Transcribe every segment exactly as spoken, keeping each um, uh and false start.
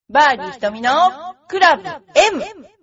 バーディー瞳のクラブ M。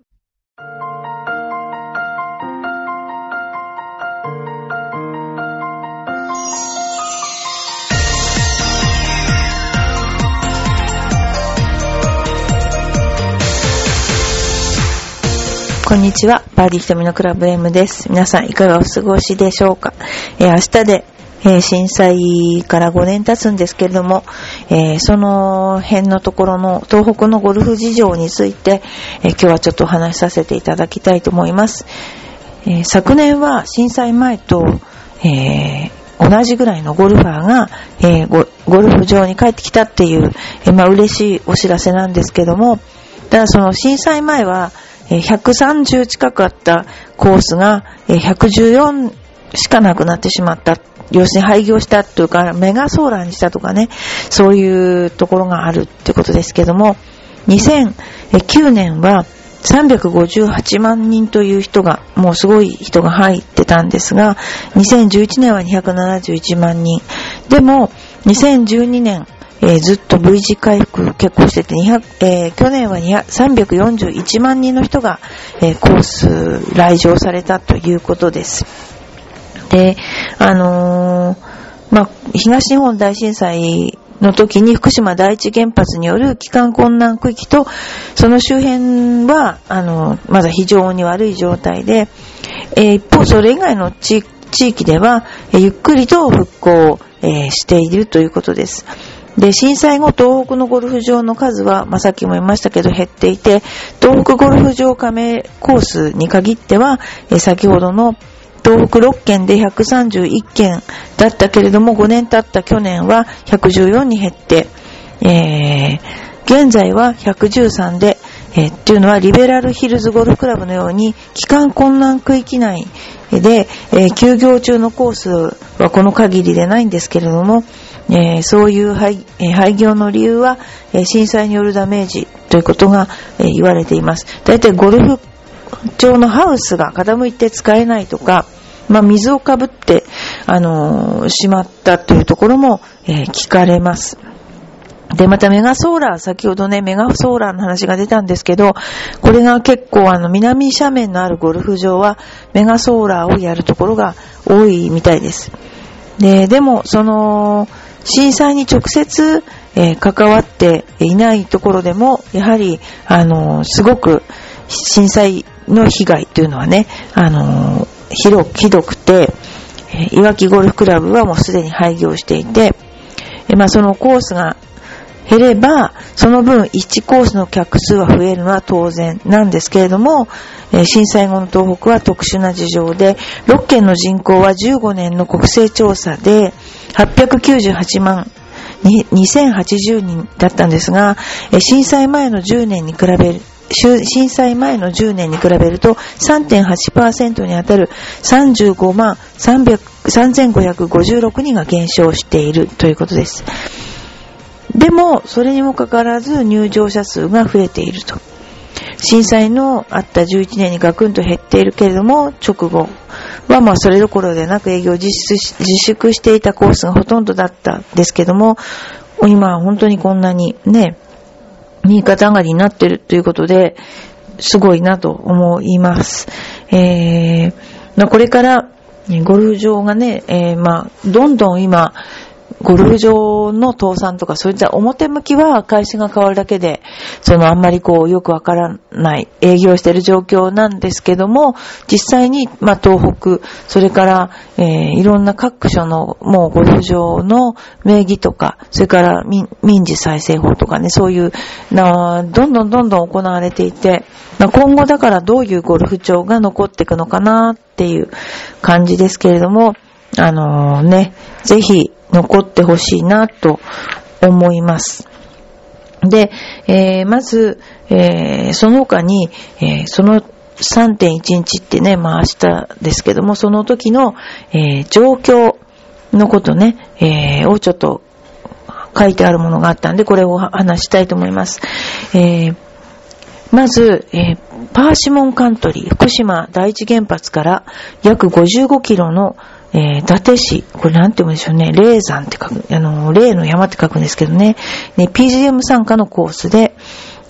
こんにちは、バーディー瞳のクラブ M です。皆さんいかがお過ごしでしょうか。えー、明日でえー、震災からごねん経つんですけれども、えー、その辺のところの東北のゴルフ事情について、えー、今日はちょっとお話しさせていただきたいと思います。えー、昨年は震災前と、えー、同じぐらいのゴルファーが、えー、ゴ, ゴルフ場に帰ってきたっていう、えーまあ、嬉しいお知らせなんですけども、ただその震災前はひゃくさんじゅう近くあったコースがひゃくじゅうよんしかなくなってしまった。要するに廃業したというかメガソーラーにしたとかね、そういうところがあるってことですけども、にせんきゅうねんはさんびゃくごじゅうはちまんにんという人が、もうすごい人が入ってたんですが、にせんじゅういちねんはにひゃくななじゅういちまんにん。でもにせんじゅうにねん、えー、ずっと V 字回復結構してて、にひゃくえー、去年はさんびゃくよんじゅういちまんにんの人が、えー、コース来場されたということです。で、あのー、まあ、東日本大震災の時に福島第一原発による帰還困難区域と、その周辺は、あのー、まだ非常に悪い状態で、えー、一方それ以外の地、地域では、えー、ゆっくりと復興、えー、しているということです。で、震災後東北のゴルフ場の数は、まあ、さっきも言いましたけど減っていて、東北ゴルフ場加盟コースに限っては、えー、先ほどの東北ろっけんでひゃくさんじゅういっけんだったけれども、ごねん経った去年はひゃくじゅうよんに減って、えー、現在はひゃくじゅうさんで、えー、っていうのはリベラルヒルズゴルフクラブのように帰還困難区域内で、えー、休業中のコースはこの限りでないんですけれども、えー、そういう廃、えー、廃業の理由は、えー、震災によるダメージということが、えー、言われています。だいたいゴルフ場のハウスが傾いて使えないとか、まあ、水をかぶって、あのー、しまったというところも、えー、聞かれます。で、またメガソーラー、先ほどね、メガソーラーの話が出たんですけど、これが結構あの、南斜面のあるゴルフ場は、メガソーラーをやるところが多いみたいです。で、でも、その、震災に直接、えー、関わっていないところでも、やはり、あのー、すごく、震災の被害というのはね、あのー、広く、ひどくて、えー、いわきゴルフクラブはもうすでに廃業していて、えー、まあそのコースが減れば、その分いちコースの客数は増えるのは当然なんですけれども、えー、震災後の東北は特殊な事情で、ろっけんの人口はじゅうごねんの国勢調査ではっぴゃくきゅうじゅうはちまんにせんはちじゅうにんだったんですが、えー、震災前のじゅうねんに比べる震災前のじゅうねんに比べると さんてんはちパーセント にあたるさんじゅうごまんさんぜんごひゃくごじゅうろくにんが減少しているということです。でもそれにもかかわらず入場者数が増えていると。震災のあったじゅういちねんにガクンと減っているけれども、直後はまあそれどころでなく営業を自粛していたコースがほとんどだったんですけども、今は本当にこんなにね、右肩上がりになっているということで、すごいなと思います。えー、まあ、これからゴルフ場がね、えー、まあどんどん今ゴルフ場の倒産とかそういった表向きは会社が変わるだけで、そのあんまりこうよくわからない営業している状況なんですけども、実際にまあ東北、それから、えー、いろんな各所のもうゴルフ場の名義とか、それから民、民事再生法とかね、そういうなどんどんどんどん行われていて、まあ、今後だからどういうゴルフ場が残っていくのかなっていう感じですけれども、あのー、ね、ぜひ残ってほしいなと思います。で、えー、まず、えー、その他に、えー、その さんてんいち 日ってね、まあ明日ですけども、その時の、えー、状況のことね、えー、をちょっと書いてあるものがあったんで、これを話したいと思います。えー、まず、えー、パーシモンカントリー、福島第一原発から約ごじゅうごキロのえー、伊達市、これなんて言うんでしょうね、霊山って書く、あの、霊の山って書くんですけどね、ね ピージーエム 参加のコースで、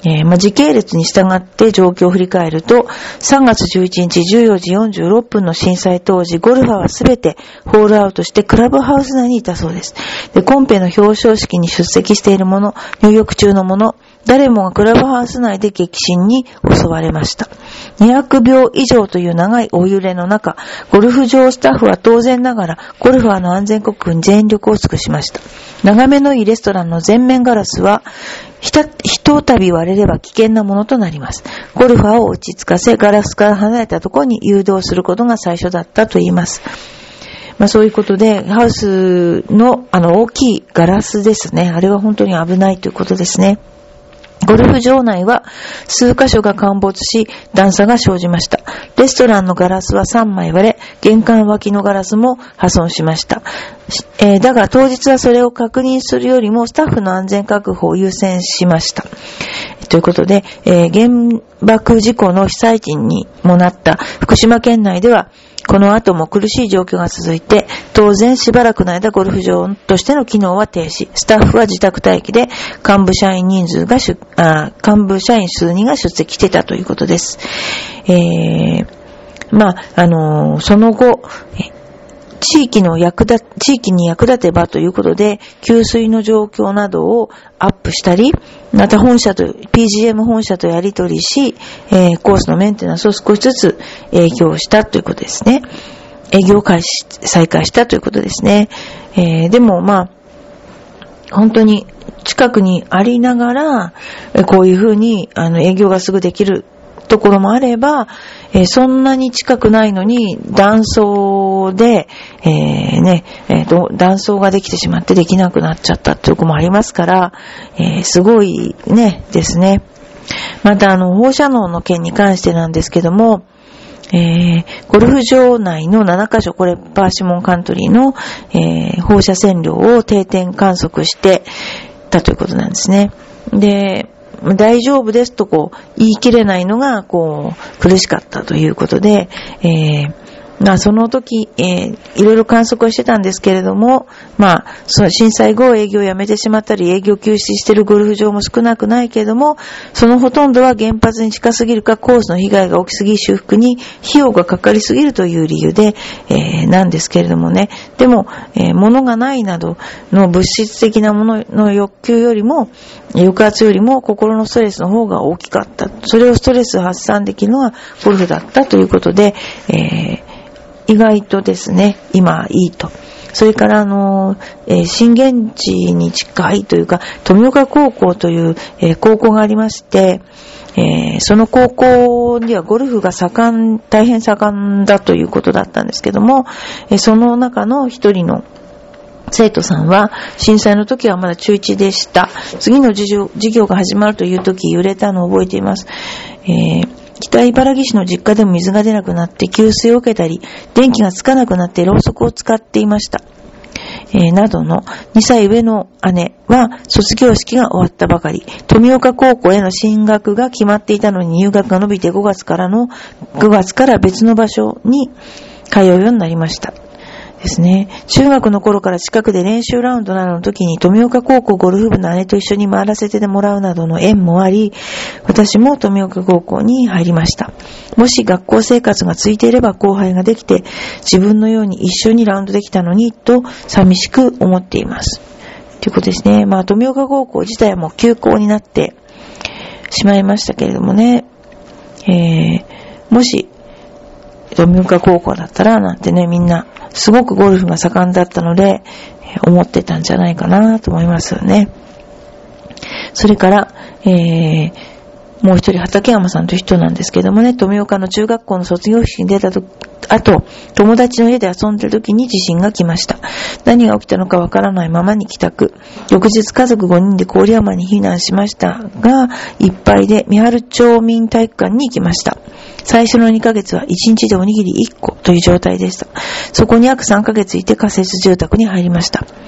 えーまあ、時系列に従って状況を振り返ると、さんがつじゅういちにちじゅうよじよんじゅうろっぷんの震災当時、ゴルファーはすべてホールアウトしてクラブハウス内にいたそうです。で、コンペの表彰式に出席している者、入浴中の者、誰もがクラブハウス内で激震に襲われました。にひゃくびょう以上という長いお揺れの中、ゴルフ場スタッフは当然ながらゴルファーの安全確保に全力を尽くしました。眺めのいいレストランの全面ガラスはひた、ひとたび割れれば危険なものとなります。ゴルファーを落ち着かせ、ガラスから離れたところに誘導することが最初だったと言います。まあそういうことで、ハウスのあの大きいガラスですね。あれは本当に危ないということですね。ゴルフ場内は数箇所が陥没し、段差が生じました。レストランのガラスはさんまい割れ、玄関脇のガラスも破損しました。えー、だが当日はそれを確認するよりもスタッフの安全確保を優先しました。ということで、えー、原爆事故の被災地にもなった福島県内では、この後も苦しい状況が続いて、当然しばらくの間ゴルフ場としての機能は停止。スタッフは自宅待機で、幹部社員人数が出、あ、幹部社員数人が出席していたということです。えー、まあ、あのー、その後、地域の役立、地域に役立てばということで、給水の状況などをアップしたり、また本社と、ピージーエム 本社とやり取りし、えー、コースのメンテナンスを少しずつ営業したということですね。営業開始、再開したということですね。えー、でもまあ、本当に近くにありながら、こういうふうに、あの、営業がすぐできるところもあれば、えー、そんなに近くないのに断層で、えー、ね、えーと、断層ができてしまってできなくなっちゃったっていうところもありますから、えー、すごいね、ですね。またあの、放射能の件に関してなんですけども、えー、ゴルフ場内のななかしょ、これパーシモンカントリーの、えー、放射線量を定点観測してたということなんですね。で、大丈夫ですとこう言い切れないのがこう苦しかったということで、えー、まあその時、えー、いろいろ観測をしてたんですけれども、まあその震災後営業をやめてしまったり営業休止しているゴルフ場も少なくないけれども、そのほとんどは原発に近すぎるかコースの被害が大きすぎ修復に費用がかかりすぎるという理由で、えー、なんですけれどもね。でも、えー、物がないなどの物質的なものの欲求よりも抑圧よりも心のストレスの方が大きかった。それをストレス発散できるのがゴルフだったということで、えー意外とですね、今いいと。それからあの、えー、震源地に近いというか、富岡高校という、えー、高校がありまして、えー、その高校にはゴルフが盛ん、大変盛んだということだったんですけども、えー、その中の一人の生徒さんは震災の時はまだ中いちでした。次の授業、授業が始まるという時揺れたのを覚えています。えー北茨城市の実家でも水が出なくなって給水を受けたり、電気がつかなくなってろうそくを使っていました。えー、などのにさい上の姉は卒業式が終わったばかり、富岡高校への進学が決まっていたのに入学が伸びてごがつからの、ごがつから別の場所に通うようになりました。ですね。中学の頃から近くで練習ラウンドなどの時に富岡高校ゴルフ部の姉と一緒に回らせてもらうなどの縁もあり、私も富岡高校に入りました。もし学校生活が続いていれば後輩ができて自分のように一緒にラウンドできたのにと寂しく思っています。ということですね。まあ富岡高校自体はもう休校になってしまいましたけれどもね。えー、もし富岡高校だったらなんてね、みんなすごくゴルフが盛んだったので思ってたんじゃないかなと思いますよね。それから、えー、もう一人畠山さんという人なんですけどもね、富岡の中学校の卒業式に出たとあと友達の家で遊んでる時に地震が来ました。何が起きたのかわからないままに帰宅。翌日家族ごにんで郡山に避難しましたが、いっぱいで三春町民体育館に行きました。最初のにかげつはいちにちでおにぎりいっこという状態でした。そこに約さんかげついて仮設住宅に入りました。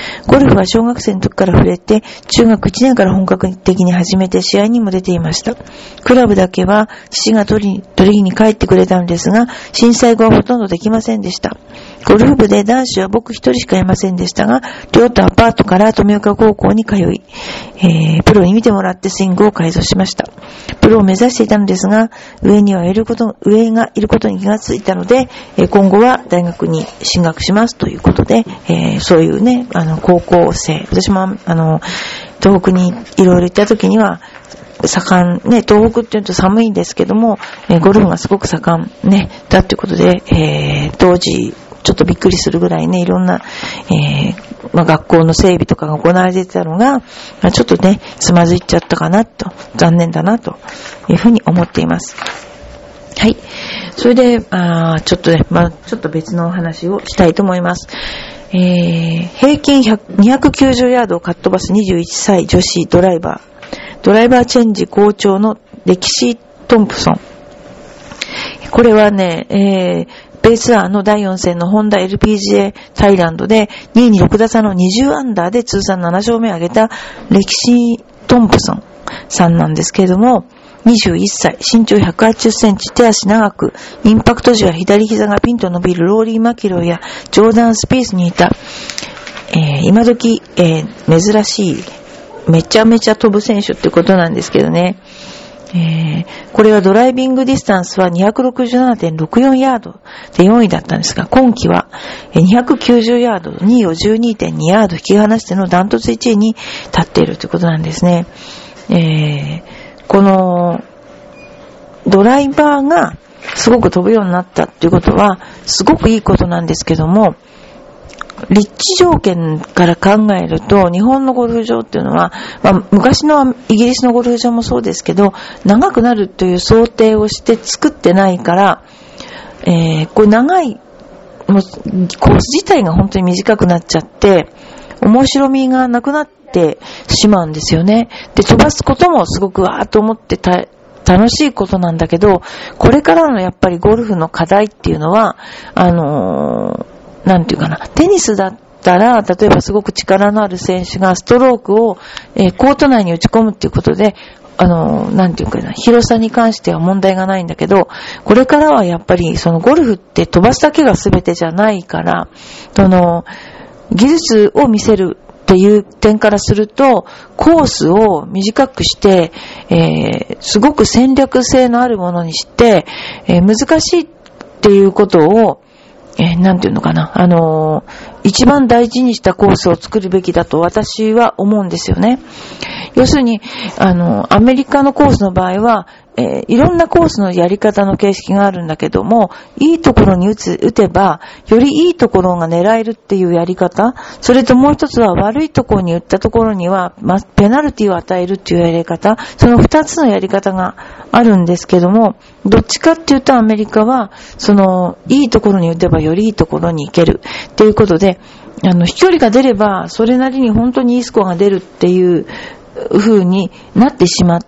ゴルフは小学生の時から触れて、中学いちねんから本格的に始めて試合にも出ていました。クラブだけは父が取り、取りに帰ってくれたのですが、震災後はほとんどできませんでした。ゴルフ部で男子は僕一人しかいませんでしたが、寮とアパートから富岡高校に通い、えー、プロに見てもらってスイングを改造しました。プロを目指していたのですが、上にはいること、上がいることに気がついたので、今後は大学に進学しますということで、えー、そういうね、あの、高校生、私もあの、東北にいろいろ行った時には、盛ん、ね、東北って言うと寒いんですけども、えー、ゴルフがすごく盛んね、だっていうことで、えー、当時、ちょっとびっくりするぐらいね、いろんな、えーまあ、学校の整備とかが行われていたのが、まあ、ちょっとね、つまずいちゃったかなと、残念だなというふうに思っています。はい。それで、あちょっとね、まあ、ちょっと別のお話をしたいと思います。えー、平均にひゃくきゅうじゅうヤードをかっ飛ばすにじゅういっさい女子ドライバー。ドライバーチェンジ好調のレキシー・トンプソン。これはね、えー、ベースツアーのだいよん戦のホンダ エルピージーエー タイランドでにいにろく打差のにじゅうアンダーで通算なな勝目を挙げたレキシー・トンプソンさんなんですけれども、にじゅういっさい、身長ひゃくはちじゅっセンチ、手足長く、インパクト時は左膝がピンと伸びるローリー・マキロイやジョーダン・スピースにいた、えー、今時、えー、珍しい、めちゃめちゃ飛ぶ選手ってことなんですけどね。えー、これはドライビングディスタンスは にひゃくろくじゅうななてんろくよん ヤードでよんいだったんですが、今季はにひゃくきゅうじゅうヤード、にいを じゅうにてんに ヤード引き離してのダントツいちいに立っているということなんですね。えー、このドライバーがすごく飛ぶようになったっていうことはすごくいいことなんですけども、立地条件から考えると日本のゴルフ場っていうのは、まあ、昔のイギリスのゴルフ場もそうですけど長くなるという想定をして作ってないから、えー、これ長いもうコース自体が本当に短くなっちゃって面白みがなくなってしまうんですよね。で、飛ばすこともすごくわーっと思ってた楽しいことなんだけど、これからのやっぱりゴルフの課題っていうのはあのーなんていうかな、テニスだったら、例えばすごく力のある選手がストロークを、えー、コート内に打ち込むっていうことで、あの、なんていうかな、広さに関しては問題がないんだけど、これからはやっぱりそのゴルフって飛ばすだけが全てじゃないから、その、技術を見せるっていう点からすると、コースを短くして、えー、すごく戦略性のあるものにして、えー、難しいっていうことを、えー、なんていうのかな、あのー、一番大事にしたコースを作るべきだと私は思うんですよね。要するに、あのー、アメリカのコースの場合は、えー、いろんなコースのやり方の形式があるんだけども、いいところに打つ、打てば、よりいいところが狙えるっていうやり方、それともう一つは悪いところに打ったところには、ま、ペナルティを与えるっていうやり方、その二つのやり方があるんですけども、どっちかっていうとアメリカは、その、いいところに打てばよりいいところに行けるっていうことで、あの、飛距離が出れば、それなりに本当にいいスコアが出るっていう風になってしまって、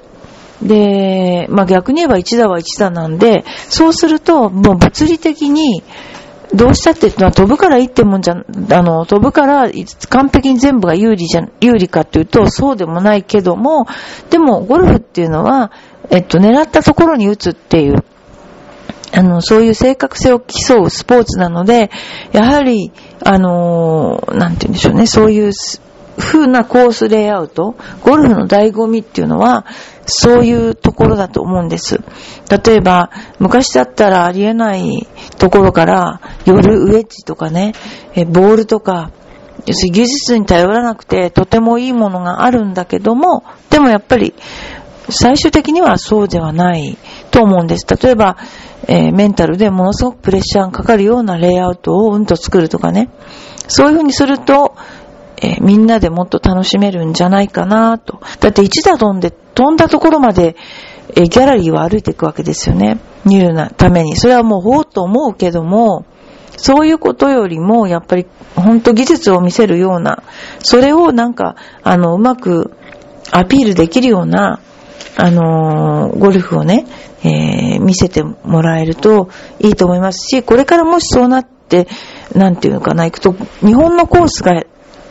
で、まあ、逆に言えば一打は一打なんで、そうすると、もう物理的に、どうしたっていうのは飛ぶからいいってもんじゃ、あの、飛ぶから完璧に全部が有利じゃ、有利かっていうと、そうでもないけども、でもゴルフっていうのは、えっと、狙ったところに打つっていう、あの、そういう正確性を競うスポーツなので、やはり、あの、なんて言うんでしょうね、そういう風なコースレイアウト、ゴルフの醍醐味っていうのは、そういうところだと思うんです。例えば、昔だったらありえないところから、寄るウェッジとかね、えボールとか、要するに技術に頼らなくてとてもいいものがあるんだけども、でもやっぱり、最終的にはそうではないと思うんです。例えば、えー、メンタルでものすごくプレッシャーがかかるようなレイアウトをうんと作るとかね。そういう風にすると、えー、みんなでもっと楽しめるんじゃないかなと。だって一打飛んで、飛んだところまで、えー、ギャラリーは歩いていくわけですよね。見るなために。それはもうほーっと思うけども、そういうことよりも、やっぱり本当技術を見せるような、それをなんか、あの、うまくアピールできるような、あのー、ゴルフをね、えー、見せてもらえるといいと思いますし、これからもしそうなって、なんていうのかな、行くと、日本のコースが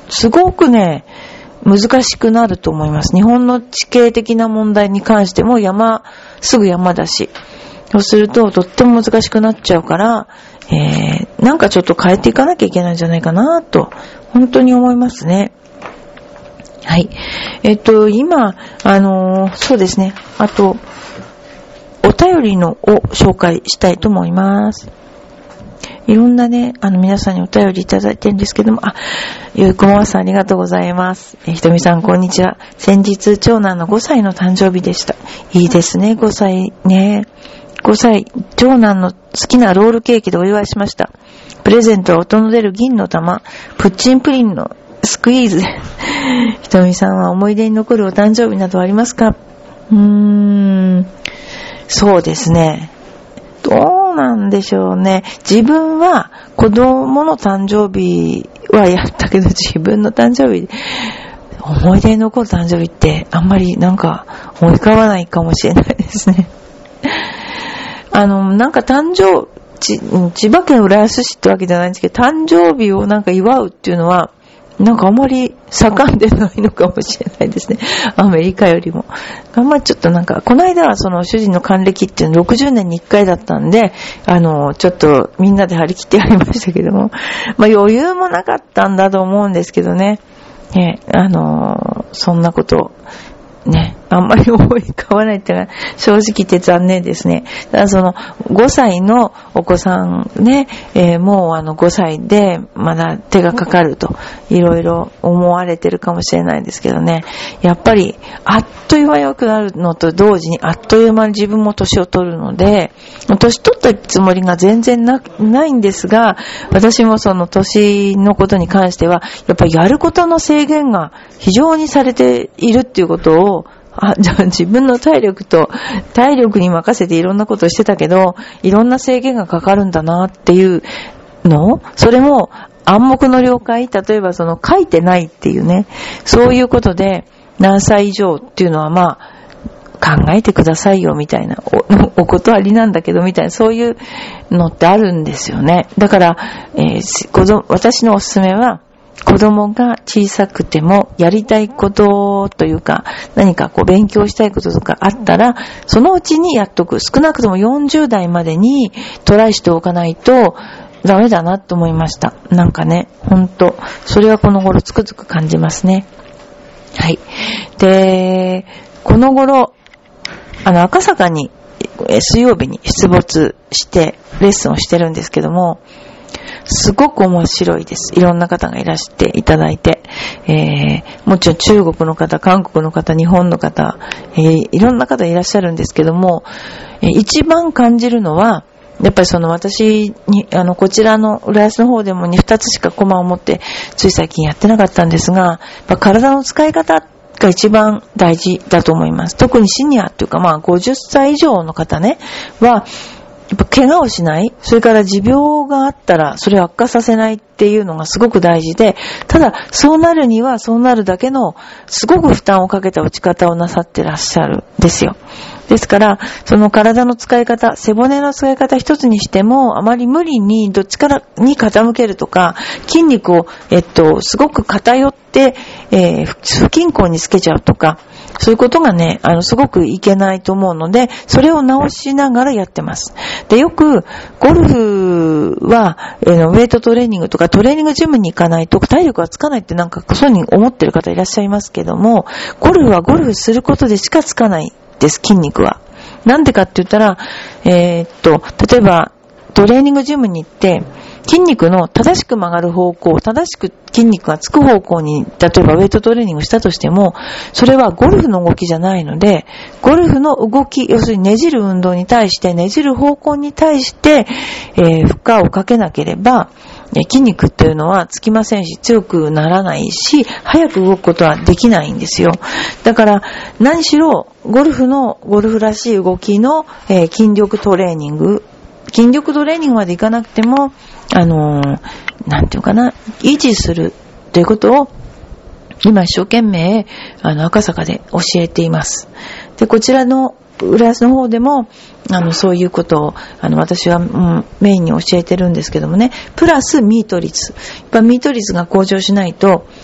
すごくね、難しくなると思います。日本の地形的な問題に関しても山、すぐ山だし。そうするととっても難しくなっちゃうから、えー、なんかちょっと変えていかなきゃいけないんじゃないかなと、本当に思いますね。はい。えっと、今、あのー、そうですね。あと、お便りのを紹介したいと思います。いろんなね、あの皆さんにお便りいただいてるんですけども、あ、ゆうこまさんありがとうございます。えひとみさんこんにちは。先日長男のごさいの誕生日でした。いいですね、ごさいね。ごさい、長男の好きなロールケーキでお祝いしました。プレゼントは音の出る銀の玉、プッチンプリンのスクイーズ。ひとみさんは思い出に残るお誕生日などありますか？うーん、そうですね。どうなんでしょうね。自分は子供の誕生日はやったけど、自分の誕生日、思い出に残る誕生日ってあんまりなんか思い浮かばないかもしれないですね。あの、なんか誕生、ち千葉県浦安市ってわけじゃないんですけど、誕生日をなんか祝うっていうのは、なんかあんまり盛んでないのかもしれないですね。アメリカよりも。あんまりちょっとなんか、この間はその主人の還暦っていうのろくじゅうねんにいっかいだったんで、あの、ちょっとみんなで張り切ってやりましたけども、まあ余裕もなかったんだと思うんですけどね。ね、あの、そんなこと、ね、あんまり思い浮かばないっていうのは正直言って残念ですね。だからそのごさいのお子さんね、えー、もうあのごさいでまだ手がかかるといろいろ思われてるかもしれないんですけどね。やっぱりあっという間良くなるのと同時にあっという間に自分も年を取るので、年取ったつもりが全然 な, ないんですが、私もその年のことに関してはやっぱりやることの制限が非常にされているっていうことを、あ、じゃあ自分の体力と体力に任せていろんなことをしてたけど、いろんな制限がかかるんだなっていうの、それも暗黙の了解、例えばその書いてないっていうね、そういうことで何歳以上っていうのはまあ考えてくださいよみたいな お, お断りなんだけどみたいな、そういうのってあるんですよね。だから、えー、子供私のおすすめは、子供が小さくてもやりたいことというか、何かこう勉強したいこととかあったら、そのうちにやっとく。少なくともよんじゅう代までにトライしておかないとダメだなと思いました。なんかね、ほんとそれはこの頃つくづく感じますね。はい。で、この頃あの赤坂に水曜日に出没してレッスンをしてるんですけども、すごく面白いです。いろんな方がいらしていただいて、えー、もちろん中国の方、韓国の方、日本の方、えー、いろんな方いらっしゃるんですけども、えー、一番感じるのは、やっぱりその私に、あの、こちらの浦安の方でもにふたつしかコマを持って、つい最近やってなかったんですが、やっぱ体の使い方が一番大事だと思います。特にシニアっていうか、まあごじゅっさい以上の方ね、は、やっぱ怪我をしない、それから持病があったらそれを悪化させないっていうのがすごく大事で、ただそうなるにはそうなるだけのすごく負担をかけた打ち方をなさってらっしゃるんですよ。ですからその体の使い方、背骨の使い方一つにしてもあまり無理にどっちからに傾けるとか、筋肉をえっとすごく偏って、えー、不均衡につけちゃうとか、そういうことがね、あの、すごくいけないと思うので、それを直しながらやってます。で、よく、ゴルフは、えー、ウェイトトレーニングとかトレーニングジムに行かないと体力がつかないってなんかそうに思ってる方いらっしゃいますけども、ゴルフはゴルフすることでしかつかないです、筋肉は。なんでかって言ったら、えー、っと、例えば、トレーニングジムに行って、筋肉の正しく曲がる方向、正しく筋肉がつく方向に、例えばウェイトトレーニングしたとしても、それはゴルフの動きじゃないので、ゴルフの動き、要するにねじる運動に対して、ねじる方向に対して、えー、負荷をかけなければ、筋肉っていうのはつきませんし、強くならないし、早く動くことはできないんですよ。だから、何しろ、ゴルフの、ゴルフらしい動きの、えー、筋力トレーニング、筋力トレーニングまでいかなくても、あのー、なんていうかな、維持するということを、今一生懸命、あの、赤坂で教えています。で、こちらの、浦安の方でも、あの、そういうことを、あの、私は、うん、メインに教えてるんですけどもね、プラスミート率。やっぱミート率が向上しないと、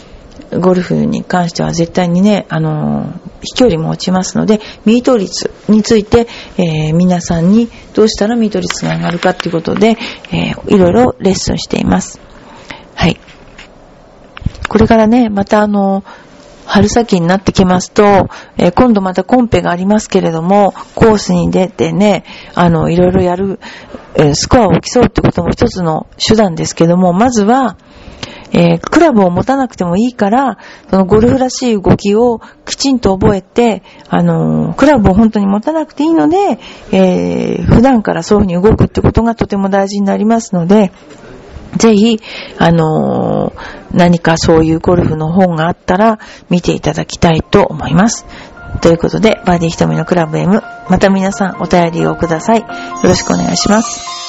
ゴルフに関しては絶対にね、あのー、飛距離も落ちますので、ミート率について、えー、皆さんにどうしたらミート率が上がるかということで、えー、いろいろレッスンしています。はい。これからね、またあのー、春先になってきますと、えー、今度またコンペがありますけれども、コースに出てね、あの、いろいろやる、えー、スコアを競うってことも一つの手段ですけども、まずは、えー、クラブを持たなくてもいいから、そのゴルフらしい動きをきちんと覚えて、あのー、クラブを本当に持たなくていいので、えー、普段からそういうふうに動くってことがとても大事になりますので、ぜひ、あのー、何かそういうゴルフの本があったら見ていただきたいと思います。ということで、バーディーひとみのクラブ M、また皆さんお便りをください。よろしくお願いします。